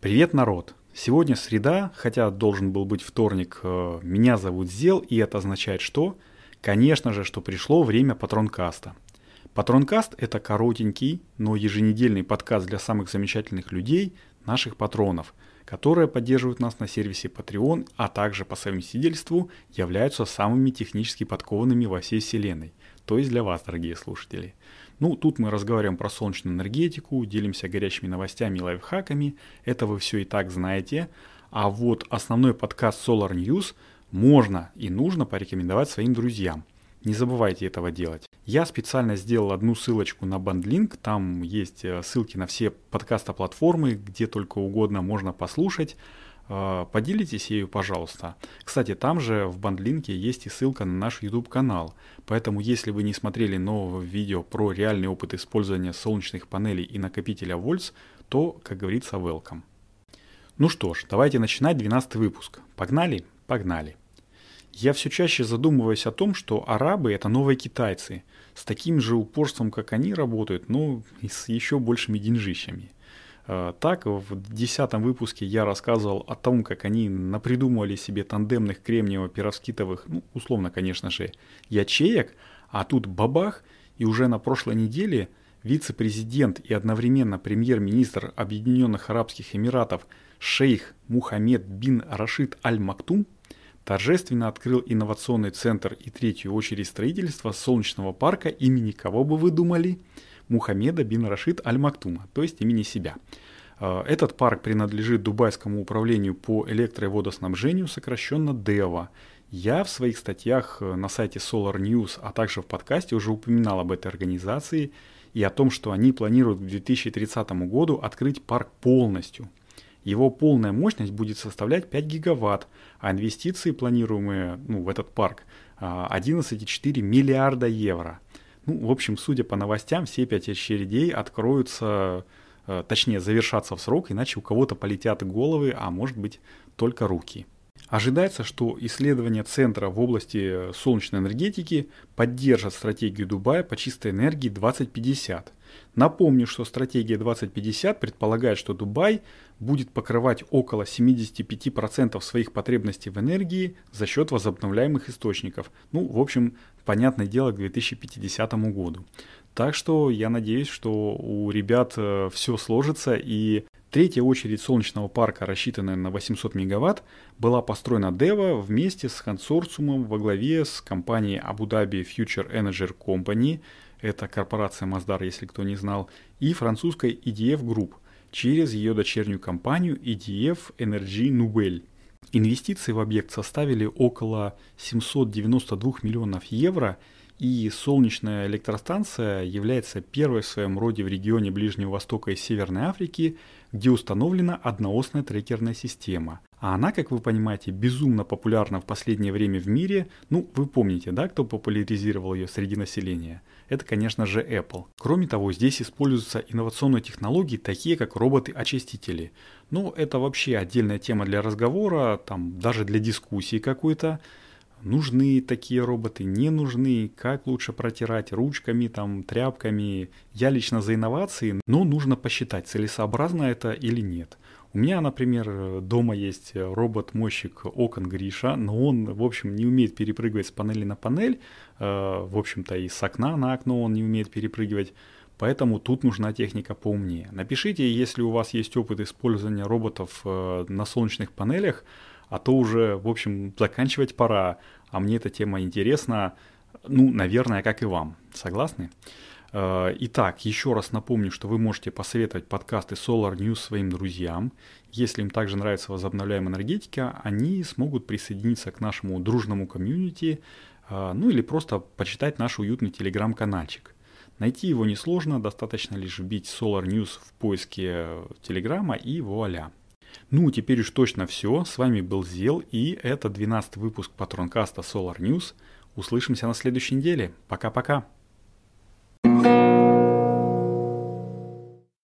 Привет, народ! Сегодня среда, хотя должен был быть вторник. Меня зовут Зел, и это означает что? Конечно же, что пришло время Патронкаста. Патронкаст – это коротенький, но еженедельный подкаст для самых замечательных людей, наших патронов, которые поддерживают нас на сервисе Patreon, а также по совместительству являются самыми технически подкованными во всей вселенной. То есть для вас, дорогие слушатели. Тут мы разговариваем про солнечную энергетику, делимся горячими новостями и лайфхаками. Это вы все и так знаете. А вот основной подкаст Solar News можно и нужно порекомендовать своим друзьям. Не забывайте этого делать. Я специально сделал одну ссылочку на BandLink. Там есть ссылки на все подкаст-платформы, где только угодно можно послушать. Поделитесь ею, пожалуйста. Кстати, там же в BandLink есть и ссылка на наш YouTube-канал. Поэтому, если вы не смотрели нового видео про реальный опыт использования солнечных панелей и накопителя Volts, то, как говорится, welcome. Ну что ж, давайте начинать 12 выпуск. Погнали? Погнали. Я все чаще задумываюсь о том, что арабы – это новые китайцы. С таким же упорством, как они работают, но и с еще большими деньжищами. Так, в 10 выпуске я рассказывал о том, как они напридумывали себе тандемных кремниево-перовскитовых, условно, конечно же, ячеек, а тут бабах, и уже на прошлой неделе вице-президент и одновременно премьер-министр Объединенных Арабских Эмиратов шейх Мухаммед бин Рашид Аль Мактум торжественно открыл инновационный центр и третью очередь строительства солнечного парка имени кого бы вы думали? Мухаммеда бин Рашид Аль Мактума, то есть имени себя. Этот парк принадлежит Дубайскому управлению по электро- и водоснабжению, сокращенно ДЭВА. Я в своих статьях на сайте Solar News, а также в подкасте уже упоминал об этой организации и о том, что они планируют к 2030 году открыть парк полностью. Его полная мощность будет составлять 5 гигаватт, а инвестиции, планируемые в этот парк, 11,4 миллиарда евро. В общем, судя по новостям, все 5 очередей откроются, точнее завершатся в срок, иначе у кого-то полетят головы, а может быть только руки. Ожидается, что исследования центра в области солнечной энергетики поддержат стратегию Дубая по чистой энергии 2050. Напомню, что стратегия 2050 предполагает, что Дубай будет покрывать около 75% своих потребностей в энергии за счет возобновляемых источников. В общем, понятное дело, к 2050 году. Так что я надеюсь, что у ребят все сложится, и третья очередь солнечного парка, рассчитанная на 800 мегаватт, была построена ДЭВА вместе с консорциумом во главе с компанией Abu Dhabi Future Energy Company, это корпорация Масдар, если кто не знал, и французской EDF Group через ее дочернюю компанию EDF Energy Nouvelle. Инвестиции в объект составили около 792 миллионов евро, и солнечная электростанция является первой в своем роде в регионе Ближнего Востока и Северной Африки, где установлена одноосная трекерная система. А она, как вы понимаете, безумно популярна в последнее время в мире. Вы помните, да, кто популяризировал ее среди населения? Это, конечно же, Apple. Кроме того, здесь используются инновационные технологии, такие как роботы-очистители. Это вообще отдельная тема для разговора, даже для дискуссии какой-то. Нужны такие роботы, не нужны, как лучше протирать ручками, тряпками. Я лично за инновации, но нужно посчитать, целесообразно это или нет. У меня, например, дома есть робот-мойщик окон Гриша, но он, в общем, не умеет перепрыгивать с панели на панель, в общем-то и с окна на окно он не умеет перепрыгивать, поэтому тут нужна техника поумнее. Напишите, если у вас есть опыт использования роботов на солнечных панелях, а то уже, в общем, заканчивать пора, а мне эта тема интересна, наверное, как и вам. Согласны? Итак, еще раз напомню, что вы можете посоветовать подкасты Solar News своим друзьям. Если им также нравится возобновляемая энергетика, они смогут присоединиться к нашему дружному комьюнити, или просто почитать наш уютный телеграм-канальчик. Найти его несложно, достаточно лишь вбить Solar News в поиске телеграма и вуаля. Теперь уж точно все. С вами был Зел, и это 12 выпуск Патронкаста Solar News. Услышимся на следующей неделе. Пока-пока.